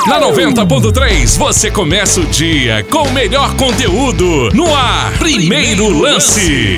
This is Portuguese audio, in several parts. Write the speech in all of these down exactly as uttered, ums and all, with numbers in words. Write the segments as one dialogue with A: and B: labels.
A: Na noventa ponto três você começa o dia com o melhor conteúdo. No ar, Primeiro Lance.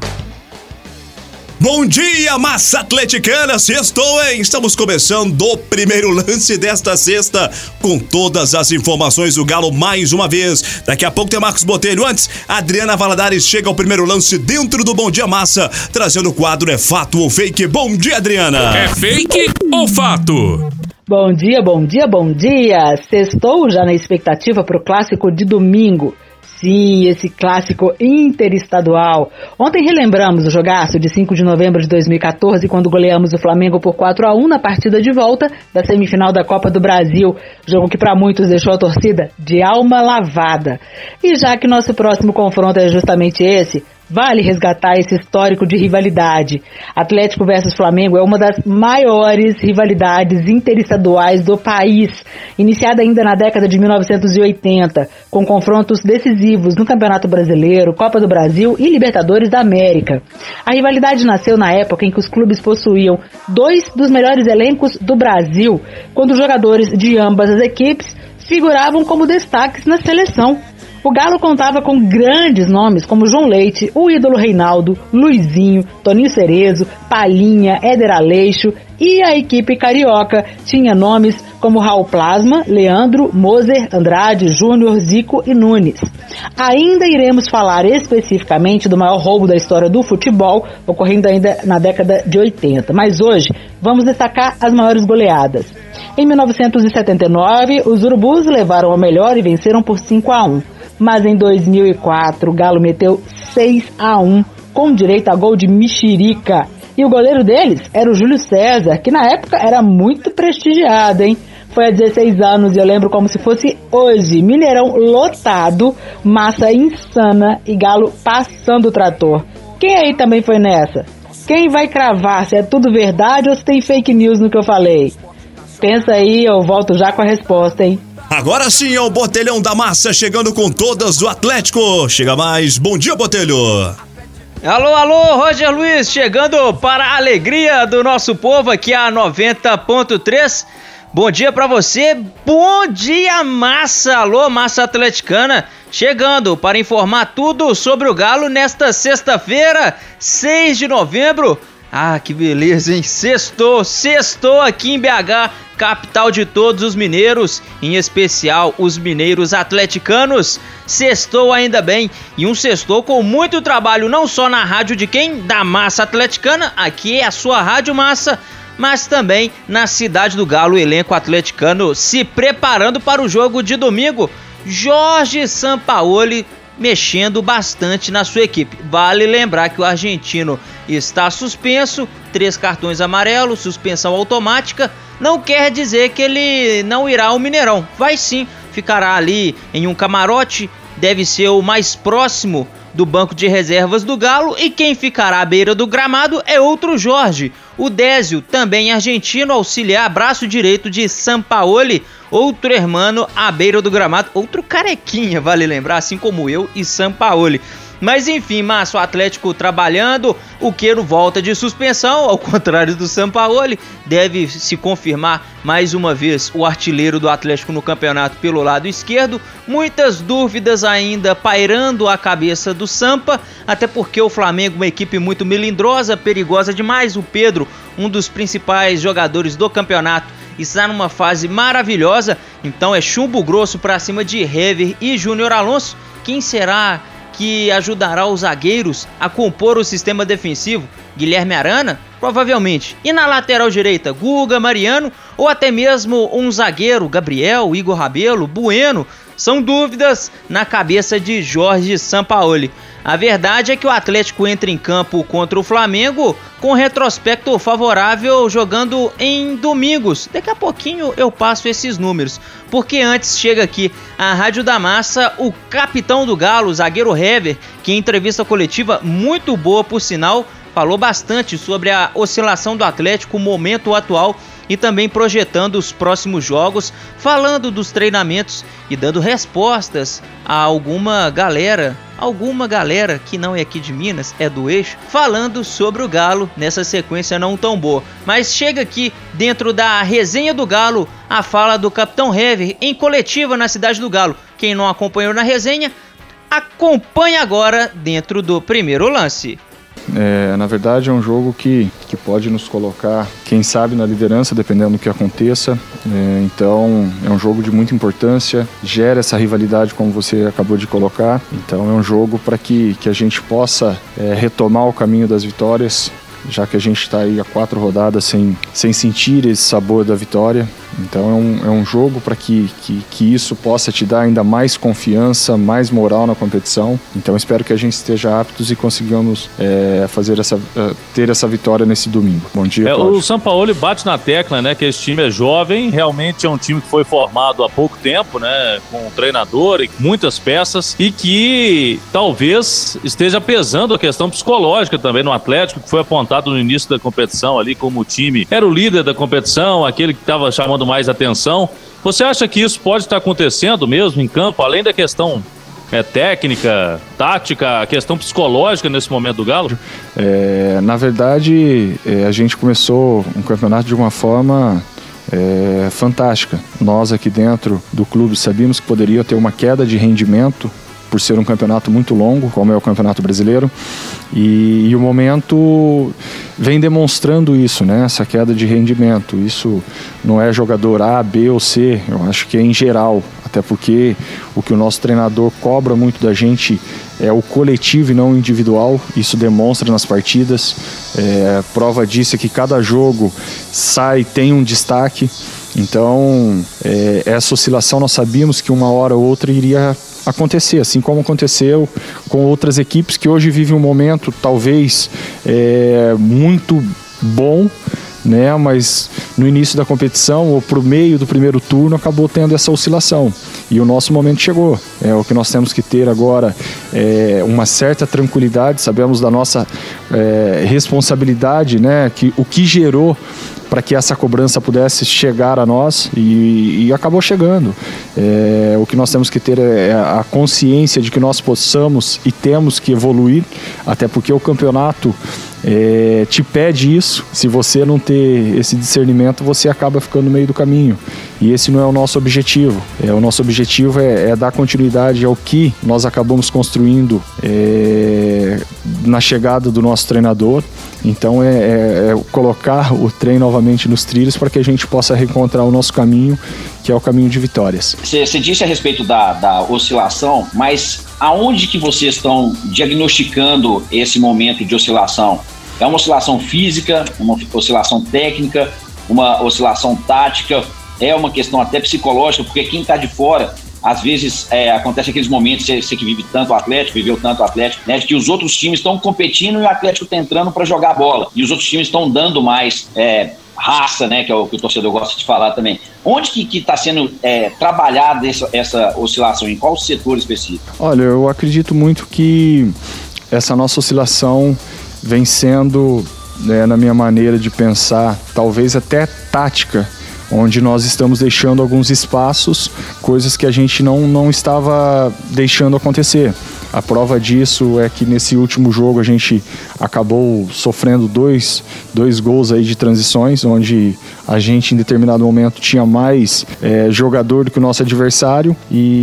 B: Bom dia, massa atleticana, sextou, hein? Estamos começando o Primeiro Lance desta sexta com todas as informações do Galo mais uma vez. Daqui a pouco tem Marcos Botelho. Antes, Adriana Valadares chega ao Primeiro Lance dentro do Bom Dia Massa, trazendo o quadro É Fato ou Fake. Bom dia, Adriana.
A: É fake ou fato?
C: Bom dia, bom dia, bom dia. Sextou já na expectativa para o clássico de domingo. Sim, esse clássico interestadual. Ontem relembramos o jogaço de cinco de novembro de dois mil e quatorze, quando goleamos o Flamengo por quatro a um na partida de volta da semifinal da Copa do Brasil, jogo que para muitos deixou a torcida de alma lavada. E já que nosso próximo confronto é justamente esse, vale resgatar esse histórico de rivalidade. Atlético versus Flamengo é uma das maiores rivalidades interestaduais do país, iniciada ainda na década de mil novecentos e oitenta, com confrontos decisivos no Campeonato Brasileiro, Copa do Brasil e Libertadores da América. A rivalidade nasceu na época em que os clubes possuíam dois dos melhores elencos do Brasil, quando jogadores de ambas as equipes figuravam como destaques na seleção. O Galo contava com grandes nomes como João Leite, o ídolo Reinaldo, Luizinho, Toninho Cerezo, Palhinha, Éder Aleixo, e a equipe carioca tinha nomes como Raul Plasma, Leandro, Moser, Andrade, Júnior, Zico e Nunes. Ainda iremos falar especificamente do maior roubo da história do futebol, ocorrendo ainda na década de oitenta, mas hoje vamos destacar as maiores goleadas. Em mil novecentos e setenta e nove, os Urubus levaram a melhor e venceram por cinco a um. Mas em dois mil e quatro, o Galo meteu seis a um, com direito a gol de mexerica. E o goleiro deles era o Júlio César, que na época era muito prestigiado, hein? Foi há dezesseis anos e eu lembro como se fosse hoje. Mineirão lotado, massa insana e Galo passando o trator. Quem aí também foi nessa? Quem vai cravar se é tudo verdade ou se tem fake news no que eu falei? Pensa aí, eu volto já com a resposta, hein?
B: Agora sim é o Botelhão da Massa chegando com todas do Atlético. Chega mais. Bom dia, Botelho.
D: Alô, alô, Roger Luiz, chegando para a alegria do nosso povo aqui a noventa ponto três. Bom dia pra você, bom dia, massa. Alô, massa atleticana, chegando para informar tudo sobre o Galo nesta sexta-feira, seis de novembro. Ah, que beleza, hein? Sextou, sextou aqui em B H, capital de todos os mineiros, em especial os mineiros atleticanos. Sextou ainda bem, e um sextou com muito trabalho, não só na rádio de quem? Da Massa Atleticana, aqui é a sua Rádio Massa, mas também na cidade do Galo, o elenco atleticano se preparando para o jogo de domingo. Jorge Sampaoli mexendo bastante na sua equipe. Vale lembrar que o argentino está suspenso, três cartões amarelos, suspensão automática. Não quer dizer que ele não irá ao Mineirão. Vai sim, ficará ali em um camarote, deve ser o mais próximo do banco de reservas do Galo, e quem ficará à beira do gramado é outro Jorge, o Désio, também argentino, auxiliar braço direito de Sampaoli, outro hermano à beira do gramado, outro carequinha, vale lembrar, assim como eu e Sampaoli. Mas enfim, Márcio, o Atlético trabalhando, o Queiro volta de suspensão, ao contrário do Sampaoli, deve se confirmar mais uma vez o artilheiro do Atlético no campeonato pelo lado esquerdo. Muitas dúvidas ainda pairando a cabeça do Sampa, até porque o Flamengo é uma equipe muito melindrosa, perigosa demais. O Pedro, um dos principais jogadores do campeonato, está numa fase maravilhosa, então é chumbo grosso para cima de Hever e Júnior Alonso. Quem será que ajudará os zagueiros a compor o sistema defensivo? Guilherme Arana? Provavelmente. E na lateral direita, Guga, Mariano, ou até mesmo um zagueiro, Gabriel, Igor Rabelo, Bueno? São dúvidas na cabeça de Jorge Sampaoli. A verdade é que o Atlético entra em campo contra o Flamengo com retrospecto favorável, jogando em domingos. Daqui a pouquinho eu passo esses números, porque antes chega aqui a Rádio da Massa o capitão do Galo, o zagueiro Hever, que em entrevista coletiva muito boa por sinal, falou bastante sobre a oscilação do Atlético, o momento atual, e também projetando os próximos jogos, falando dos treinamentos e dando respostas a alguma galera, alguma galera que não é aqui de Minas, é do eixo, falando sobre o Galo nessa sequência não tão boa. Mas chega aqui dentro da resenha do Galo a fala do Capitão Hever em coletiva na cidade do Galo. Quem não acompanhou na resenha, acompanhe agora dentro do primeiro lance.
E: É, na verdade é um jogo que, que pode nos colocar, quem sabe, na liderança, dependendo do que aconteça. É, então é um jogo de muita importância, gera essa rivalidade como você acabou de colocar. Então é um jogo para que, que a gente possa é, retomar o caminho das vitórias, já que a gente está aí há quatro rodadas sem, sem sentir esse sabor da vitória. Então é um, é um jogo para que, que, que isso possa te dar ainda mais confiança, mais moral na competição. Então espero que a gente esteja aptos e consigamos é, fazer essa, ter essa vitória nesse domingo. Bom dia,
F: é,
E: Cláudio.
F: O Sampaoli bate na tecla, né, que esse time é jovem, realmente é um time que foi formado há pouco tempo, né, com um treinador e muitas peças, e que talvez esteja pesando a questão psicológica também no Atlético, que foi apontado no início da competição ali como o time era o líder da competição, aquele que estava chamando mais atenção. Você acha que isso pode estar acontecendo mesmo em campo, além da questão é, técnica, tática, a questão psicológica nesse momento do Galo?
E: É, na verdade, é, a gente começou um campeonato de uma forma é, fantástica. Nós aqui dentro do clube sabíamos que poderia ter uma queda de rendimento por ser um campeonato muito longo, como é o Campeonato Brasileiro, e, e o momento vem demonstrando isso, né? Essa queda de rendimento. Isso não é jogador A, B ou C, eu acho que é em geral, até porque o que o nosso treinador cobra muito da gente é o coletivo e não o individual. Isso demonstra nas partidas, é, prova disso é que cada jogo sai, tem um destaque. Então, é, essa oscilação nós sabíamos que uma hora ou outra iria acontecer, assim como aconteceu com outras equipes que hoje vivem um momento talvez é, muito bom, né? Mas no início da competição ou pro meio do primeiro turno acabou tendo essa oscilação e o nosso momento chegou. É o que nós temos que ter agora, é, uma certa tranquilidade, sabemos da nossa é, responsabilidade, né? Que o que gerou para que essa cobrança pudesse chegar a nós e, e acabou chegando. É, o que nós temos que ter é a consciência de que nós possamos e temos que evoluir, até porque o campeonato é, te pede isso. Se você não ter esse discernimento, você acaba ficando no meio do caminho. E esse não é o nosso objetivo. É, o nosso objetivo é, é dar continuidade ao que nós acabamos construindo é, na chegada do nosso treinador. Então é, é, é colocar o trem novamente nos trilhos para que a gente possa reencontrar o nosso caminho, que é o caminho de vitórias.
G: Você disse a respeito da, da oscilação, mas aonde que vocês estão diagnosticando esse momento de oscilação? É uma oscilação física, uma oscilação técnica, uma oscilação tática, é uma questão até psicológica, porque quem está de fora, às vezes é, acontece aqueles momentos, você, você que vive tanto o Atlético, viveu tanto o Atlético, né, de que os outros times estão competindo e o Atlético está entrando para jogar bola, e os outros times estão dando mais é, raça, né, que é o que o torcedor gosta de falar também. Onde que está sendo é, trabalhada essa, essa oscilação, em qual setor específico?
E: Olha, eu acredito muito que essa nossa oscilação vem sendo, né, na minha maneira de pensar, talvez até tática, onde nós estamos deixando alguns espaços, coisas que a gente não, não estava deixando acontecer. A prova disso é que nesse último jogo a gente acabou sofrendo dois, dois gols aí de transições, onde a gente em determinado momento tinha mais é, jogador do que o nosso adversário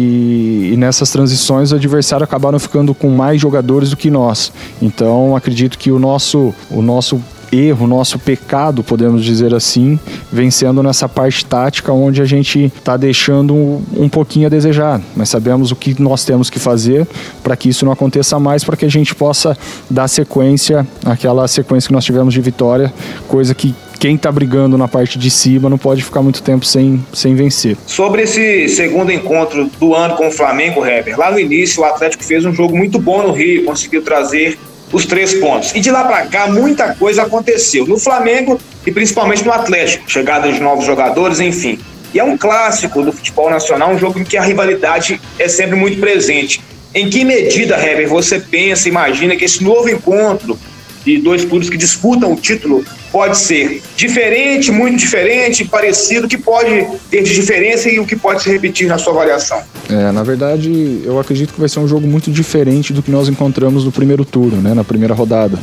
E: e, e nessas transições o adversário acabaram ficando com mais jogadores do que nós. Então acredito que o nosso, o nosso erro, nosso pecado, podemos dizer assim, vem sendo nessa parte tática onde a gente está deixando um, um pouquinho a desejar, mas sabemos o que nós temos que fazer para que isso não aconteça mais, para que a gente possa dar sequência àquela sequência que nós tivemos de vitória, coisa que quem está brigando na parte de cima não pode ficar muito tempo sem, sem vencer.
H: Sobre esse segundo encontro do ano com o Flamengo, Heber, lá no início o Atlético fez um jogo muito bom no Rio, conseguiu trazer os três pontos. E de lá para cá, muita coisa aconteceu no Flamengo e principalmente no Atlético. Chegada de novos jogadores, enfim. E é um clássico do futebol nacional, um jogo em que a rivalidade é sempre muito presente. Em que medida, Heber, você pensa, imagina que esse novo encontro de dois clubes que disputam o título pode ser diferente, muito diferente, parecido, o que pode ter de diferença e o que pode se repetir na sua avaliação?
E: É, na verdade, eu acredito que vai ser um jogo muito diferente do que nós encontramos no primeiro turno, né, na primeira rodada.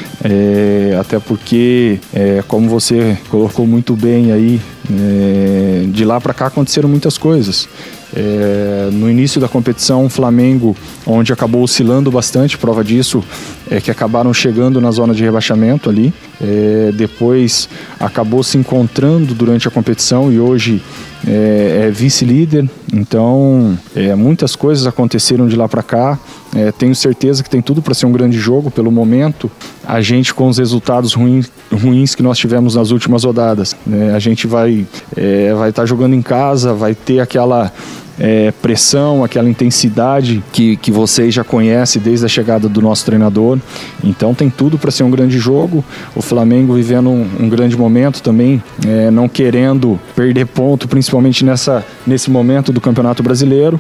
E: É, até porque, é, como você colocou muito bem aí, é, de lá para cá aconteceram muitas coisas. É, no início da competição, o Flamengo, onde acabou oscilando bastante, prova disso é que acabaram chegando na zona de rebaixamento ali, é, depois acabou se encontrando durante a competição e hoje é, é vice-líder. Então é, muitas coisas aconteceram de lá para cá. É, tenho certeza que tem tudo para ser um grande jogo. Pelo momento, a gente, com os resultados ruins, ruins que nós tivemos nas últimas rodadas, né, a gente vai é, vai estar jogando em casa, vai ter aquela É, pressão, aquela intensidade que, que vocês já conhecem desde a chegada do nosso treinador. Então tem tudo para ser um grande jogo. O Flamengo vivendo um, um grande momento também, é, não querendo perder ponto, principalmente nessa, nesse momento do Campeonato Brasileiro,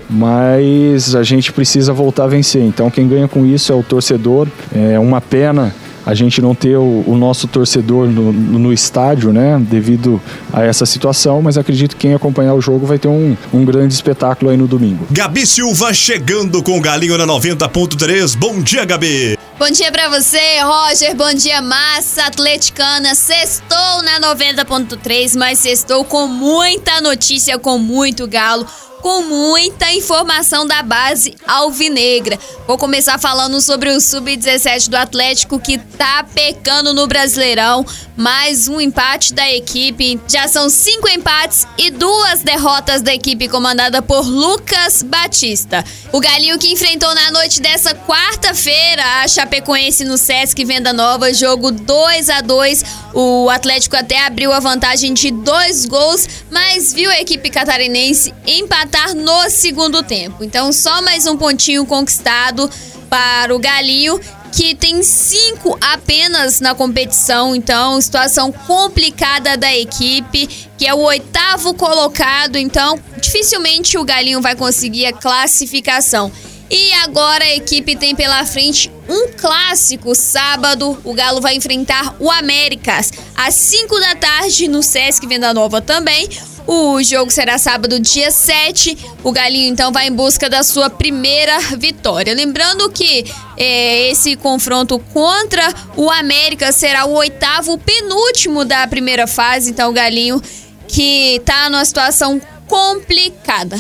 E: mas a gente precisa voltar a vencer. Então quem ganha com isso é o torcedor. É uma pena a gente não ter o, o nosso torcedor no, no estádio, né, devido a essa situação, mas acredito que quem acompanhar o jogo vai ter um, um grande espetáculo aí no domingo.
B: Gabi Silva chegando com o Galinho na noventa ponto três. Bom dia, Gabi!
I: Bom dia pra você, Roger. Bom dia, massa atleticana. Sextou na noventa ponto três, mas sextou com muita notícia, com muito galo, com muita informação da base alvinegra. Vou começar falando sobre o sub dezessete do Atlético, que tá pecando no Brasileirão. Mais um empate da equipe. Já são cinco empates e duas derrotas da equipe comandada por Lucas Batista. O Galinho, que enfrentou na noite dessa quarta-feira a Chapecoense no Sesc Venda Nova, jogo dois a dois. O Atlético até abriu a vantagem de dois gols, mas viu a equipe catarinense empatar no segundo tempo. Então só mais um pontinho conquistado para o Galinho, que tem cinco apenas na competição. Então situação complicada da equipe, que é o oitavo colocado. Então dificilmente o Galinho vai conseguir a classificação. E agora a equipe tem pela frente um clássico. Sábado o Galo vai enfrentar o Américas às cinco da tarde no Sesc Venda Nova também. O jogo será sábado, dia sete. O Galinho, então, vai em busca da sua primeira vitória. Lembrando que é, esse confronto contra o América será o oitavo, o penúltimo da primeira fase. Então, o Galinho, que tá numa situação complicada.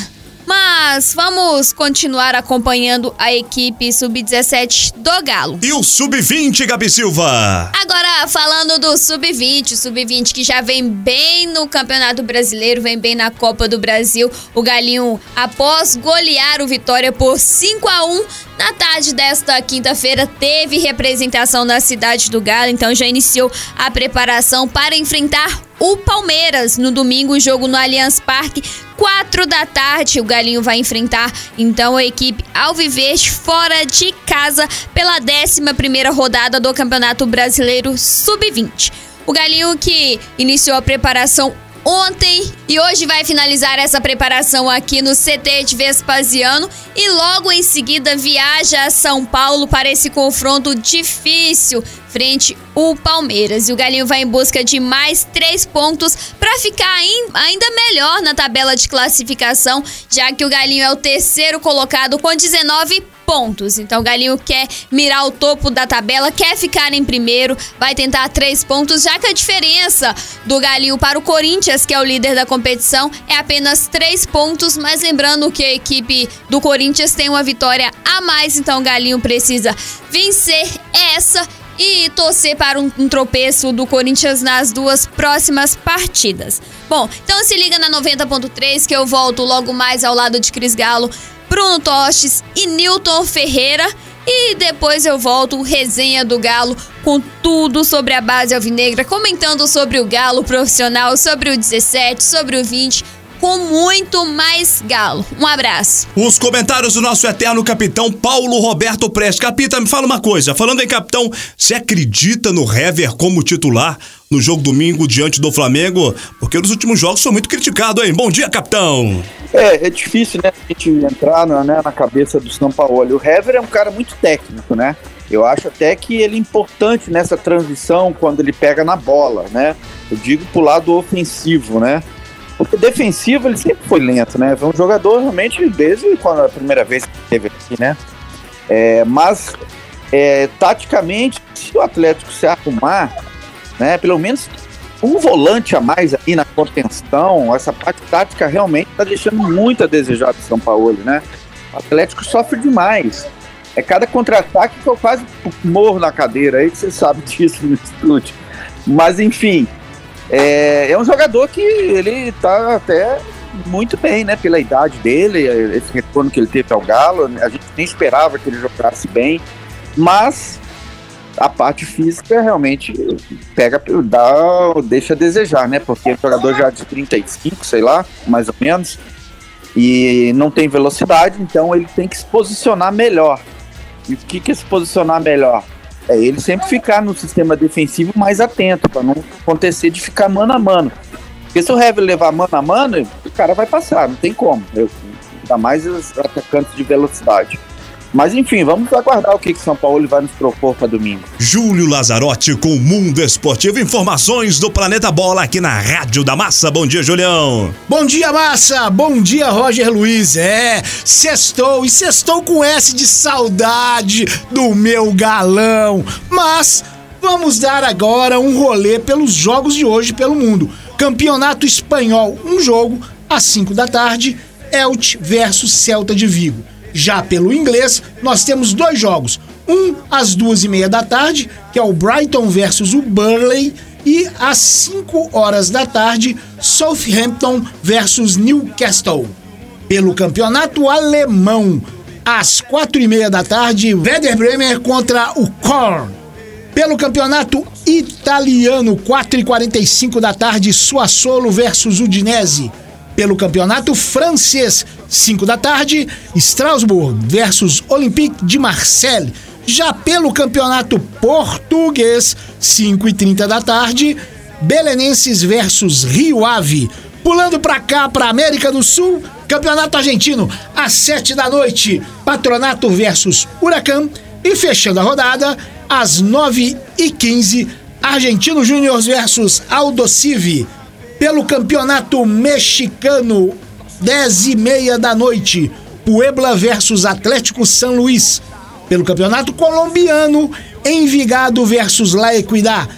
I: Mas vamos continuar acompanhando a equipe sub dezessete do Galo.
B: E o sub vinte, Gabi Silva?
I: Agora, falando do sub vinte, o sub vinte que já vem bem no Campeonato Brasileiro, vem bem na Copa do Brasil. O Galinho, após golear o Vitória por cinco a um, na tarde desta quinta-feira, teve representação na cidade do Galo. Então já iniciou a preparação para enfrentar o Palmeiras no domingo, o jogo no Allianz Parque, quatro da tarde. O Galinho vai enfrentar então a equipe alviverde fora de casa pela décima primeira rodada do Campeonato Brasileiro sub vinte. O Galinho, que iniciou a preparação ontem e hoje vai finalizar essa preparação aqui no C T de Vespasiano e logo em seguida viaja a São Paulo para esse confronto difícil frente ao Palmeiras. E o Galinho vai em busca de mais três pontos para ficar ainda melhor na tabela de classificação, já que o Galinho é o terceiro colocado com dezenove pontos. Então o Galinho quer mirar o topo da tabela, quer ficar em primeiro, vai tentar três pontos, já que a diferença do Galinho para o Corinthians, que é o líder da competição, é apenas três pontos, mas lembrando que a equipe do Corinthians tem uma vitória a mais, então o Galinho precisa vencer essa e torcer para um, um tropeço do Corinthians nas duas próximas partidas. Bom, então se liga na noventa ponto três que eu volto logo mais ao lado de Cris Galo, Bruno Tostes e Nilton Ferreira. E depois eu volto, resenha do Galo, com tudo sobre a base alvinegra, comentando sobre o Galo profissional, sobre o dezessete, sobre o vinte, com muito mais Galo. Um abraço.
B: Os comentários do nosso eterno capitão Paulo Roberto Prestes. Capita, me fala uma coisa. Falando em capitão, você acredita no Hever como titular no jogo domingo diante do Flamengo? Porque nos últimos jogos foi muito criticado, hein? Bom dia, capitão.
J: É, é difícil, né, a gente entrar na, né, na cabeça do Sampaoli. O Hever é um cara muito técnico, né? Eu acho até que ele é importante nessa transição quando ele pega na bola, né? Eu digo pro lado ofensivo, né? Porque defensivo ele sempre foi lento, né? Foi um jogador realmente desde quando a primeira vez que teve aqui, né? É, mas, é, taticamente, se o Atlético se arrumar, né? Pelo menos um volante a mais aí na contenção, essa parte tática realmente tá deixando muito a desejar do São Paulo, né? O Atlético sofre demais. É cada contra-ataque que eu quase morro na cadeira, aí você sabe disso no estúdio. Mas enfim, é, é um jogador que ele tá até muito bem, né? Pela idade dele, esse retorno que ele teve ao Galo, a gente nem esperava que ele jogasse bem, mas a parte física realmente pega, dá, deixa a desejar, né? Porque é um jogador já de trinta e cinco, sei lá, mais ou menos, e não tem velocidade, então ele tem que se posicionar melhor. E o que que é se posicionar melhor? É ele sempre ficar no sistema defensivo mais atento, para não acontecer de ficar mano a mano. Porque se o Hever levar mano a mano, o cara vai passar, não tem como. Eu, ainda mais os atacantes de velocidade. Mas enfim, vamos aguardar o que que São Paulo vai nos propor para domingo.
B: Júlio Lazzarotti com o Mundo Esportivo. Informações do Planeta Bola aqui na Rádio da Massa. Bom dia, Julião.
K: Bom dia, Massa. Bom dia, Roger Luiz. É, sextou e sextou com S de saudade do meu galão. Mas vamos dar agora um rolê pelos jogos de hoje pelo mundo. Campeonato Espanhol, um jogo às cinco da tarde, Elche versus Celta de Vigo. Já pelo inglês, nós temos dois jogos. Um às duas e meia da tarde, que é o Brighton versus o Burnley. E às cinco horas da tarde, Southampton versus Newcastle. Pelo campeonato alemão, às quatro e meia da tarde, Werder Bremen contra o Köln. Pelo campeonato italiano, quatro e quarenta e cinco da tarde, Sassuolo versus Udinese. Pelo campeonato francês, cinco da tarde, Strasbourg versus Olympique de Marseille. Já pelo campeonato português, cinco e trinta da tarde, Belenenses versus Rio Ave. Pulando pra cá, pra América do Sul, campeonato argentino, às sete da noite, Patronato versus Huracán. E fechando a rodada, às nove e quinze, Argentino Júnior versus Aldosivi. Pelo campeonato mexicano, dez e meia da noite, Puebla versus Atlético San Luis. Pelo campeonato colombiano, Envigado versus La Equidad,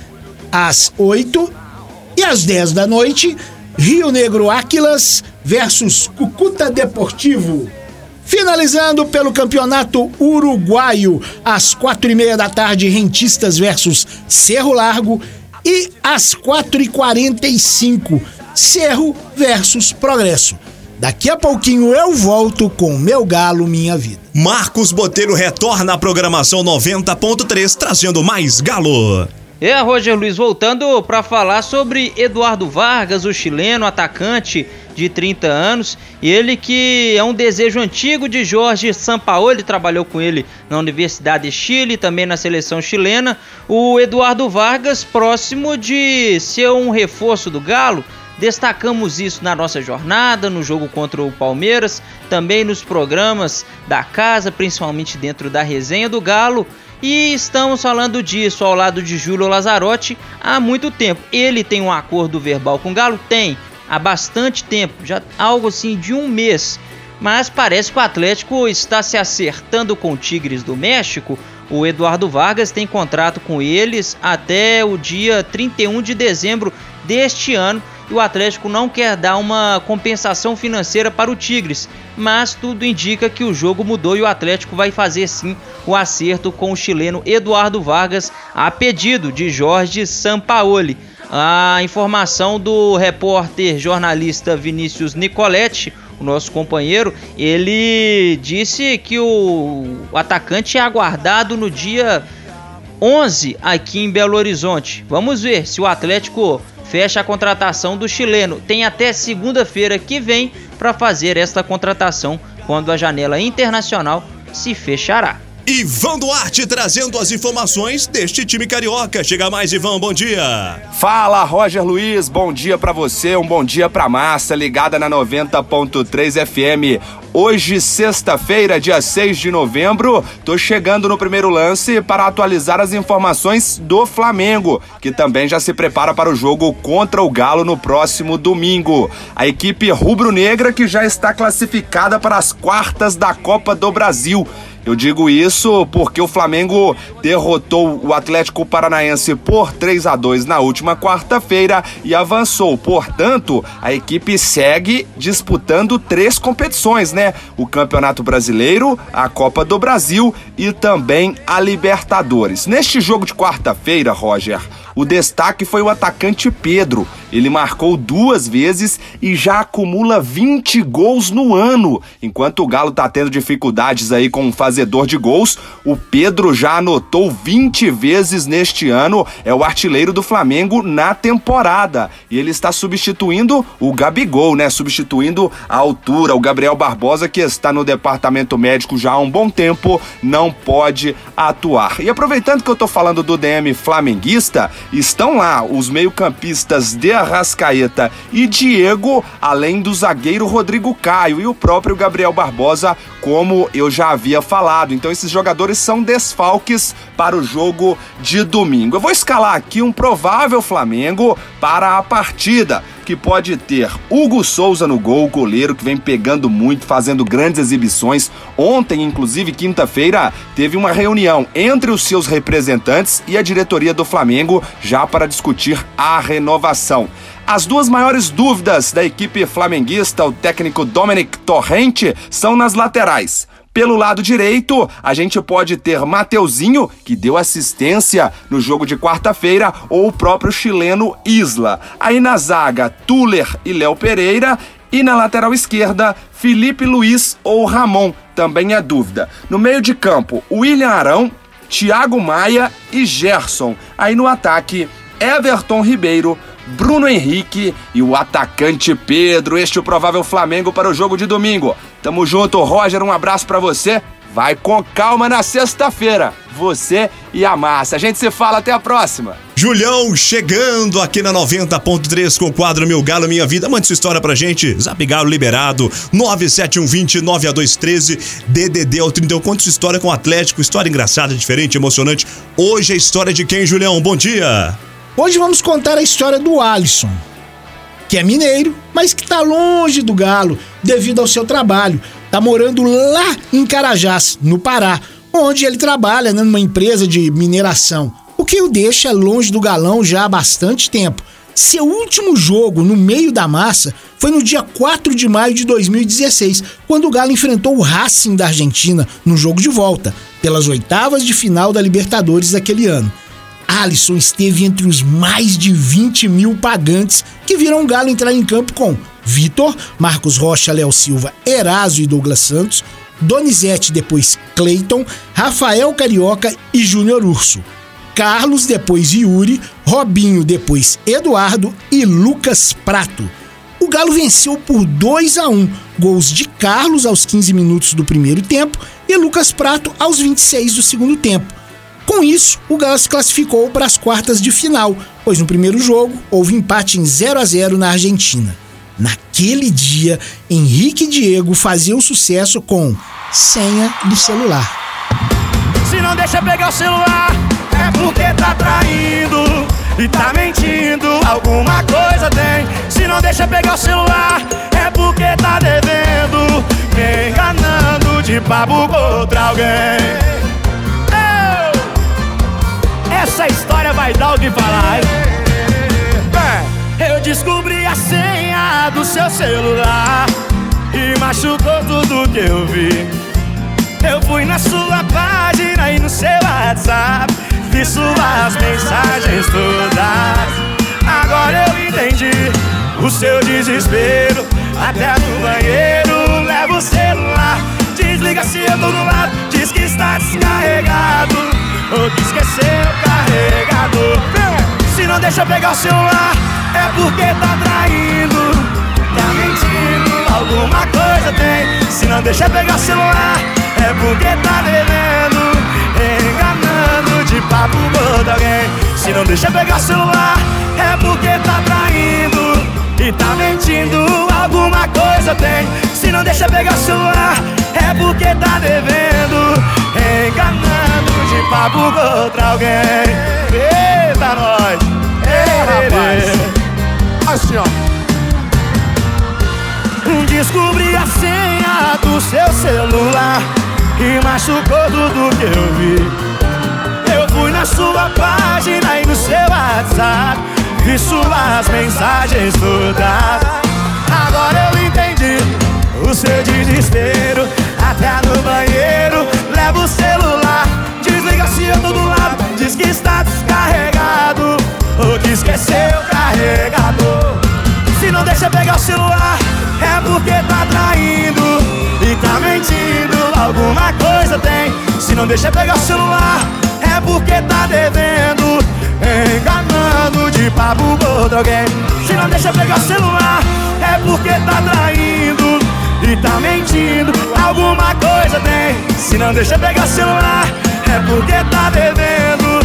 K: às oito. E às dez da noite, Rio Negro Águilas versus Cúcuta Deportivo. Finalizando pelo campeonato uruguaio, às quatro e meia da tarde, Rentistas versus Cerro Largo. E às quatro e quarenta e cinco, Cerro versus Progresso. Daqui a pouquinho eu volto com Meu Galo, Minha Vida.
B: Marcos Botelho retorna à programação noventa ponto três, trazendo mais Galo.
D: É, Roger Luiz, voltando para falar sobre Eduardo Vargas, o chileno atacante de trinta anos, ele que é um desejo antigo de Jorge Sampaoli, trabalhou com ele na Universidade de Chile, também na seleção chilena. O Eduardo Vargas, próximo de ser um reforço do Galo, destacamos isso na nossa jornada, no jogo contra o Palmeiras, também nos programas da casa, principalmente dentro da resenha do Galo. E estamos falando disso ao lado de Júlio Lazzarotti há muito tempo. Ele tem um acordo verbal com o Galo? Tem, há bastante tempo, já algo assim de um mês. Mas parece que o Atlético está se acertando com o Tigres do México. O Eduardo Vargas tem contrato com eles até o dia trinta e um de dezembro deste ano. E o Atlético não quer dar uma compensação financeira para o Tigres, mas tudo indica que o jogo mudou e o Atlético vai fazer sim o acerto com o chileno Eduardo Vargas a pedido de Jorge Sampaoli. A informação do repórter jornalista Vinícius Nicoletti, o nosso companheiro, ele disse que o atacante é aguardado no dia onze aqui em Belo Horizonte. Vamos ver se o Atlético fecha a contratação do chileno. Tem até segunda-feira que vem para fazer esta contratação, quando a janela internacional se fechará.
B: Ivan Duarte trazendo as informações deste time carioca. Chega mais, Ivan, bom dia.
L: Fala, Roger Luiz, bom dia pra você, um bom dia pra massa, ligada na noventa ponto três F M. Hoje, sexta-feira, dia seis de novembro, tô chegando no primeiro lance para atualizar as informações do Flamengo, que também já se prepara para o jogo contra o Galo no próximo domingo. A equipe rubro-negra que já está classificada para as quartas da Copa do Brasil. Eu digo isso porque o Flamengo derrotou o Atlético Paranaense por três a dois na última quarta-feira e avançou. Portanto, a equipe segue disputando três competições, né? O Campeonato Brasileiro, a Copa do Brasil e também a Libertadores. Neste jogo de quarta-feira, Roger, o destaque foi o atacante Pedro. Ele marcou duas vezes e já acumula vinte gols no ano. Enquanto o Galo tá tendo dificuldades aí com o fazedor de gols, o Pedro já anotou vinte vezes neste ano. É o artilheiro do Flamengo na temporada. E ele está substituindo o Gabigol, né? Substituindo a altura. O Gabriel Barbosa, que está no departamento médico já há um bom tempo, não pode atuar. E aproveitando que eu tô falando do D M flamenguista, estão lá os meio-campistas de Arrascaeta e Diego, além do zagueiro Rodrigo Caio e o próprio Gabriel Barbosa, como eu já havia falado. Então esses jogadores são desfalques para o jogo de domingo. Eu vou escalar aqui um provável Flamengo para a partida, que pode ter Hugo Souza no gol, goleiro que vem pegando muito, fazendo grandes exibições. Ontem, inclusive, quinta-feira, teve uma reunião entre os seus representantes e a diretoria do Flamengo já para discutir a renovação. As duas maiores dúvidas da equipe flamenguista, o técnico Dominic Torrente, são nas laterais. Pelo lado direito, a gente pode ter Mateuzinho, que deu assistência no jogo de quarta-feira, ou o próprio chileno Isla. Aí na zaga, Tuller e Léo Pereira. E na lateral esquerda, Felipe Luiz ou Ramon, também é dúvida. No meio de campo, William Arão, Thiago Maia e Gerson. Aí no ataque, Everton Ribeiro, Bruno Henrique e o atacante Pedro. Este é o provável Flamengo para o jogo de domingo. Tamo junto, Roger, um abraço pra você. Vai com calma na sexta-feira, você e a massa. A gente se fala, até a próxima.
B: Julião chegando aqui na noventa ponto três com o quadro Meu Galo, Minha Vida. Mande sua história pra gente. Zap Galo liberado, nove sete um dois zero nove dois um três, D D D ao trinta. Eu conto sua história com o Atlético, história engraçada, diferente, emocionante. Hoje é a história de quem, Julião? Bom dia.
K: Hoje vamos contar a história do Alisson, que é mineiro, mas que tá longe do Galo devido ao seu trabalho. Tá morando lá em Carajás, no Pará, onde ele trabalha, né, numa empresa de mineração, o que o deixa longe do Galão já há bastante tempo. Seu último jogo no meio da massa foi no dia quatro de maio de dois mil e dezesseis, quando o Galo enfrentou o Racing da Argentina no jogo de volta, pelas oitavas de final da Libertadores daquele ano. Alisson esteve entre os mais de vinte mil pagantes que viram o Galo entrar em campo com Vitor, Marcos Rocha, Léo Silva, Eraso e Douglas Santos, Donizete, depois Cleiton, Rafael Carioca e Júnior Urso, Carlos, depois Yuri, Robinho, depois Eduardo e Lucas Prato. O Galo venceu por dois a um, gols de Carlos aos quinze minutos do primeiro tempo e Lucas Prato aos vinte e seis do segundo tempo. Com isso, o Galo se classificou para as quartas de final, pois no primeiro jogo houve empate em zero a zero na Argentina. Naquele dia, Henrique Diego fazia o sucesso com Senha do Celular.
M: Se não deixa pegar o celular, é porque tá traindo e tá mentindo, alguma coisa tem. Se não deixa pegar o celular, é porque tá devendo, me enganando de papo contra alguém. Essa história vai dar o que falar. É, eu descobri a senha do seu celular e machucou tudo que eu vi. Eu fui na sua página e no seu WhatsApp, vi suas mensagens todas. Agora eu entendi o seu desespero. Até no banheiro leva o celular, desliga se eu tô do lado, diz que está descarregado, ou que esqueceu o carregador. Se não deixa pegar o celular, é porque tá traindo, tá mentindo, alguma coisa tem. Se não deixa pegar o celular, é porque tá devendo, papo com outra alguém. Se não deixa pegar o celular, é porque tá traindo e tá mentindo, alguma coisa tem. Se não deixa pegar o celular, é porque tá devendo, enganando de papo com outra alguém. Eita, nós! Ei, rapaz! Assim, ó. Descobri a senha do seu celular e machucou tudo que eu vi. Eu fui na sua página e no seu WhatsApp, vi suas mensagens todas. Agora eu entendi o seu desespero. Até no banheiro leva o celular, desliga se eu tô do lado, diz que está descarregado ou que esqueceu o carregador. Se não deixa pegar o celular, é porque tá traindo e tá mentindo, alguma coisa tem. Se não deixa pegar o celular, é porque tá devendo, enganando de papo com outro alguém. Se não deixa pegar o celular, é porque tá traindo e tá mentindo, alguma coisa tem. Se não deixa pegar o celular, é porque tá devendo,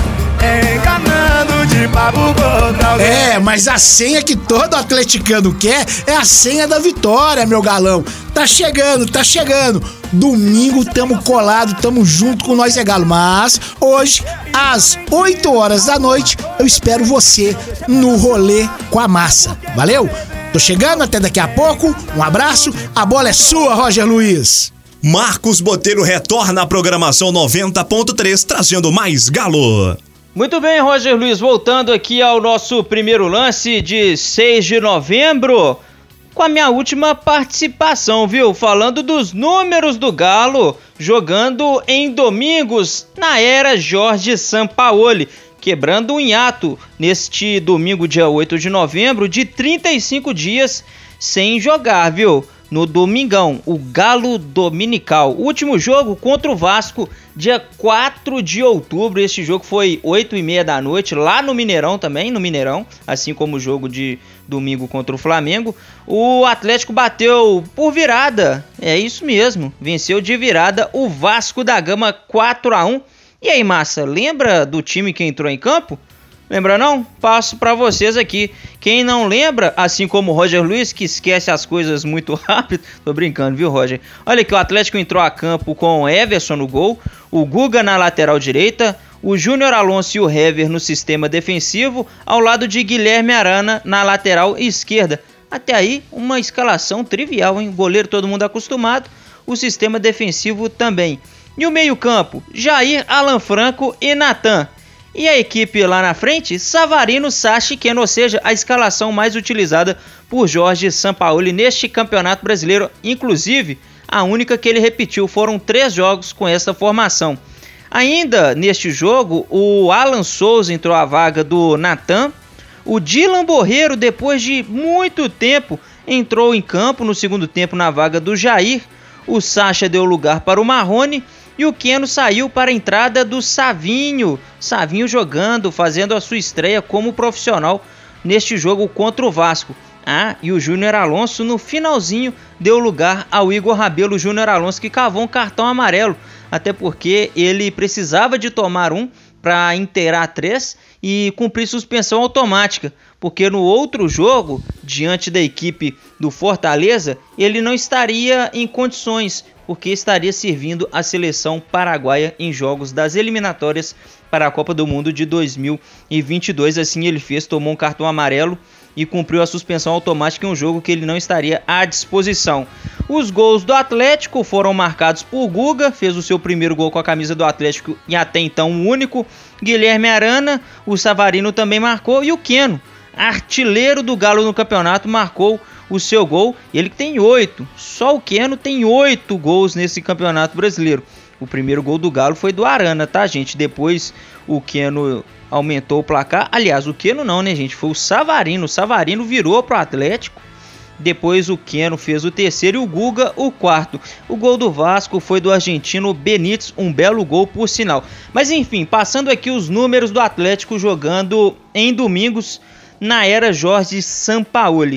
M: enganando de papo com outro alguém.
K: É, mas a senha que todo atleticano quer é a senha da vitória, meu galão. Tá chegando, tá chegando. Domingo tamo colado, tamo junto com nós é Galo. Mas hoje, às oito horas da noite, eu espero você no rolê com a massa. Valeu? Tô chegando, até daqui a pouco. Um abraço, a bola é sua, Roger Luiz.
B: Marcos Botelho retorna à programação noventa ponto três, trazendo mais Galo.
D: Muito bem, Roger Luiz, voltando aqui ao nosso primeiro lance de seis de novembro, com a minha última participação, viu? Falando dos números do Galo, jogando em domingos na era Jorge Sampaoli, quebrando um hiato neste domingo, dia oito de novembro, de trinta e cinco dias sem jogar, viu? No domingão, o Galo Dominical. O último jogo contra o Vasco, dia quatro de outubro. Este jogo foi oito e meia da noite, lá no Mineirão também, no Mineirão, assim como o jogo de domingo contra o Flamengo. O Atlético bateu por virada, é isso mesmo, venceu de virada o Vasco da Gama quatro a um. E aí, massa, lembra do time que entrou em campo? Lembra não? Passo pra vocês aqui. Quem não lembra, assim como o Roger Luiz, que esquece as coisas muito rápido. Tô brincando, viu, Roger? Olha aqui, o Atlético entrou a campo com o Everson no gol, o Guga na lateral direita, o Júnior Alonso e o Hever no sistema defensivo, ao lado de Guilherme Arana na lateral esquerda. Até aí, uma escalação trivial, hein? Goleiro todo mundo acostumado, o sistema defensivo também. E o meio-campo, Jair, Alan Franco e Natan. E a equipe lá na frente, Savarino, Sacha e Keno, ou seja, a escalação mais utilizada por Jorge Sampaoli neste Campeonato Brasileiro. Inclusive, a única que ele repetiu, foram três jogos com essa formação. Ainda neste jogo, o Alan Souza entrou à vaga do Natan. O Dylan Borreiro, depois de muito tempo, entrou em campo no segundo tempo na vaga do Jair. O Sacha deu lugar para o Marrone. E o Keno saiu para a entrada do Savinho. Savinho jogando, fazendo a sua estreia como profissional neste jogo contra o Vasco. Ah, e o Júnior Alonso no finalzinho deu lugar ao Igor Rabelo. Júnior Alonso que cavou um cartão amarelo. Até porque ele precisava de tomar um para inteirar três e cumprir suspensão automática. Porque no outro jogo, diante da equipe do Fortaleza, ele não estaria em condições, porque estaria servindo a seleção paraguaia em jogos das eliminatórias para a Copa do Mundo de dois mil e vinte e dois. Assim ele fez, tomou um cartão amarelo e cumpriu a suspensão automática em um jogo que ele não estaria à disposição. Os gols do Atlético foram marcados por Guga, fez o seu primeiro gol com a camisa do Atlético e até então o único. Guilherme Arana, o Savarino também marcou e o Keno, artilheiro do Galo no campeonato, marcou o seu gol. Ele que tem oito, só o Keno tem oito gols nesse campeonato brasileiro. O primeiro gol do Galo foi do Arana, tá, gente? Depois o Keno aumentou o placar. Aliás, o Keno não, né, gente? Foi o Savarino. O Savarino virou pro Atlético. Depois o Keno fez o terceiro e o Guga o quarto. O gol do Vasco foi do argentino Benítez, um belo gol por sinal. Mas enfim, passando aqui os números do Atlético jogando em domingos na era Jorge Sampaoli.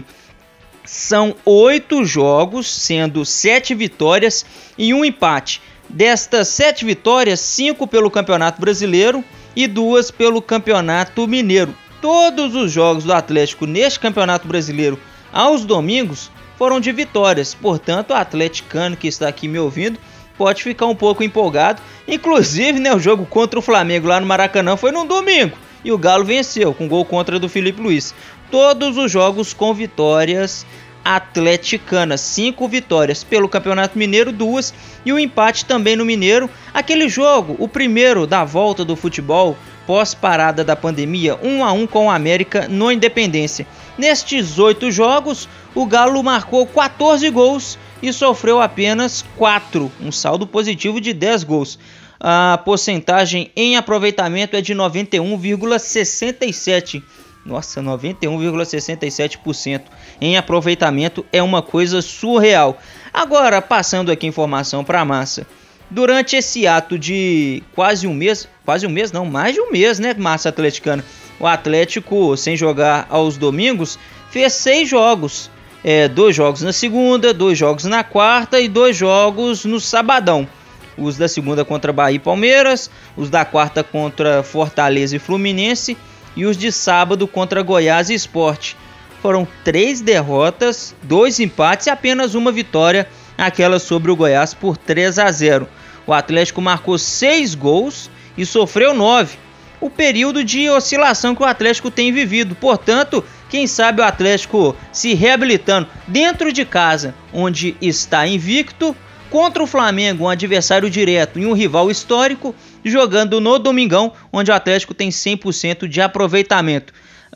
D: São oito jogos, sendo sete vitórias e um empate. Destas sete vitórias, cinco pelo Campeonato Brasileiro e duas pelo Campeonato Mineiro. Todos os jogos do Atlético neste Campeonato Brasileiro aos domingos foram de vitórias, portanto o atleticano que está aqui me ouvindo pode ficar um pouco empolgado. Inclusive, né, o jogo contra o Flamengo lá no Maracanã foi num domingo e o Galo venceu com gol contra do Felipe Luiz. Todos os jogos com vitórias atleticanas, cinco vitórias pelo Campeonato Mineiro, duas, e o empate também no Mineiro. Aquele jogo, o primeiro da volta do futebol pós-parada da pandemia, um a um com o América no Independência. Nestes oito jogos, o Galo marcou quatorze gols e sofreu apenas quatro, um saldo positivo de dez gols. A porcentagem em aproveitamento é de noventa e um vírgula sessenta e sete por cento. Nossa, noventa e um vírgula sessenta e sete por cento em aproveitamento é uma coisa surreal. Agora, passando aqui informação para a massa. Durante esse ato de quase um mês, quase um mês não, mais de um mês, né, massa atleticana, o Atlético, sem jogar aos domingos, fez seis jogos. É, dois jogos na segunda, dois jogos na quarta e dois jogos no sabadão. Os da segunda contra Bahia e Palmeiras, os da quarta contra Fortaleza e Fluminense e os de sábado contra Goiás e Sport. Foram três derrotas, dois empates e apenas uma vitória, aquela sobre o Goiás por três a zero. O Atlético marcou seis gols e sofreu nove. O período de oscilação que o Atlético tem vivido. Portanto, quem sabe o Atlético se reabilitando dentro de casa, onde está invicto, contra o Flamengo, um adversário direto e um rival histórico, jogando no Domingão, onde o Atlético tem cem por cento de aproveitamento.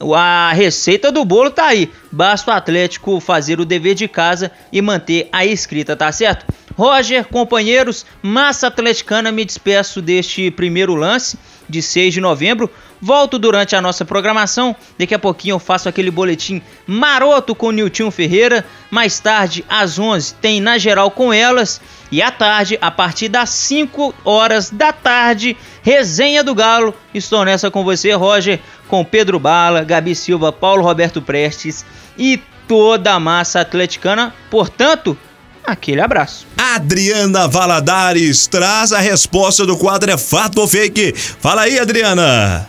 D: A receita do bolo tá aí, basta o Atlético fazer o dever de casa e manter a escrita, tá certo? Roger, companheiros, massa atleticana, me despeço deste primeiro lance de seis de novembro. Volto durante a nossa programação. Daqui a pouquinho eu faço aquele boletim maroto com o Nilton Ferreira. Mais tarde, às onze, tem Na Geral com Elas. E à tarde, a partir das cinco horas da tarde, Resenha do Galo. Estou nessa com você, Roger, com Pedro Bala, Gabi Silva, Paulo Roberto Prestes e toda a massa atleticana. Portanto, aquele abraço.
B: Adriana Valadares traz a resposta do quadro É Fato ou Fake. Fala aí, Adriana.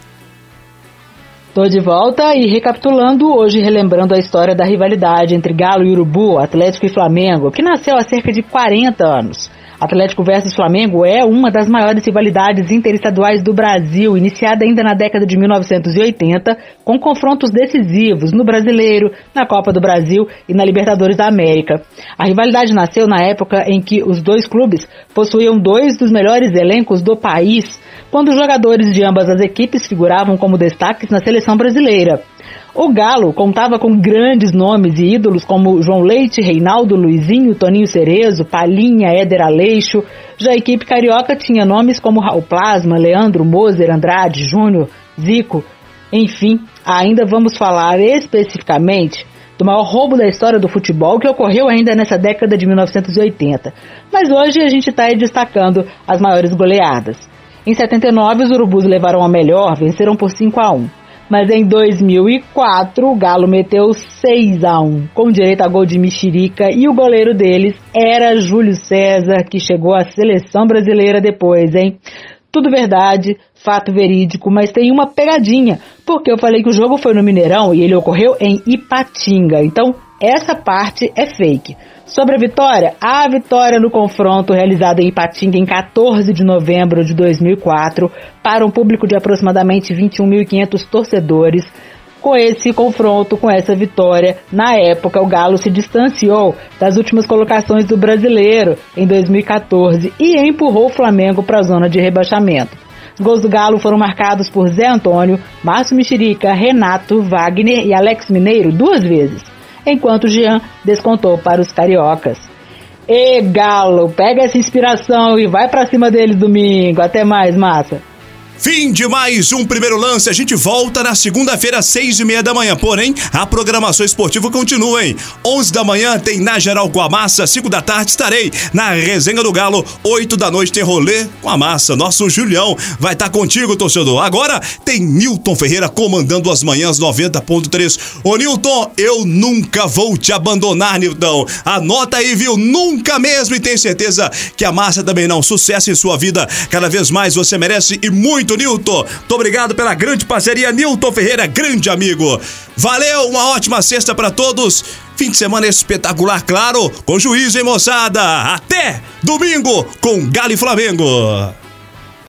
C: Tô de volta e recapitulando hoje, relembrando a história da rivalidade entre Galo e Urubu, Atlético e Flamengo, que nasceu há cerca de quarenta anos. Atlético versus Flamengo é uma das maiores rivalidades interestaduais do Brasil, iniciada ainda na década de mil novecentos e oitenta, com confrontos decisivos no Brasileiro, na Copa do Brasil e na Libertadores da América. A rivalidade nasceu na época em que os dois clubes possuíam dois dos melhores elencos do país, quando os jogadores de ambas as equipes figuravam como destaques na seleção brasileira. O Galo contava com grandes nomes e ídolos como João Leite, Reinaldo, Luizinho, Toninho Cerezo, Palinha, Éder Aleixo. Já a equipe carioca tinha nomes como Raul Plasma, Leandro, Moser, Andrade, Júnior, Zico. Enfim, ainda vamos falar especificamente do maior roubo da história do futebol que ocorreu ainda nessa década de mil novecentos e oitenta. Mas hoje a gente está aí destacando as maiores goleadas. Em setenta e nove, os Urubus levaram a melhor, venceram por cinco a um. Mas em dois mil e quatro, o Galo meteu seis a um, com direito a gol de mexerica, e o goleiro deles era Júlio César, que chegou à seleção brasileira depois, hein? Tudo verdade, fato verídico, mas tem uma pegadinha, porque eu falei que o jogo foi no Mineirão e ele ocorreu em Ipatinga, então essa parte é fake. Sobre a vitória, a vitória no confronto realizado em Ipatinga em quatorze de novembro de dois mil e quatro, para um público de aproximadamente vinte e um mil e quinhentos torcedores. Com esse confronto, com essa vitória, na época o Galo se distanciou das últimas colocações do Brasileiro em dois mil e quatorze e empurrou o Flamengo para a zona de rebaixamento. Os gols do Galo foram marcados por Zé Antônio, Márcio Mexerica, Renato, Wagner e Alex Mineiro duas vezes, enquanto Jean descontou para os cariocas. E Galo, pega essa inspiração e vai pra cima deles domingo. Até mais, massa.
B: Fim de mais um Primeiro Lance. A gente volta na segunda-feira, às seis e meia da manhã. Porém, a programação esportiva continua, hein? Onze da manhã tem Na Geral com a Massa. Cinco da tarde estarei na Resenha do Galo. Oito da noite tem Rolê com a Massa. Nosso Julião vai estar contigo, torcedor. Agora tem Nilton Ferreira comandando as manhãs noventa ponto três. Ô, Nilton, eu nunca vou te abandonar, Nilton. Anota aí, viu? Nunca mesmo, e tenho certeza que a Massa também não. Sucesso em sua vida. Cada vez mais você merece e muito muito, Nilton. Muito obrigado pela grande parceria, Nilton Ferreira, grande amigo. Valeu, uma ótima sexta pra todos. Fim de semana espetacular, claro, com juízo, hein, moçada? Até domingo com Galo e Flamengo.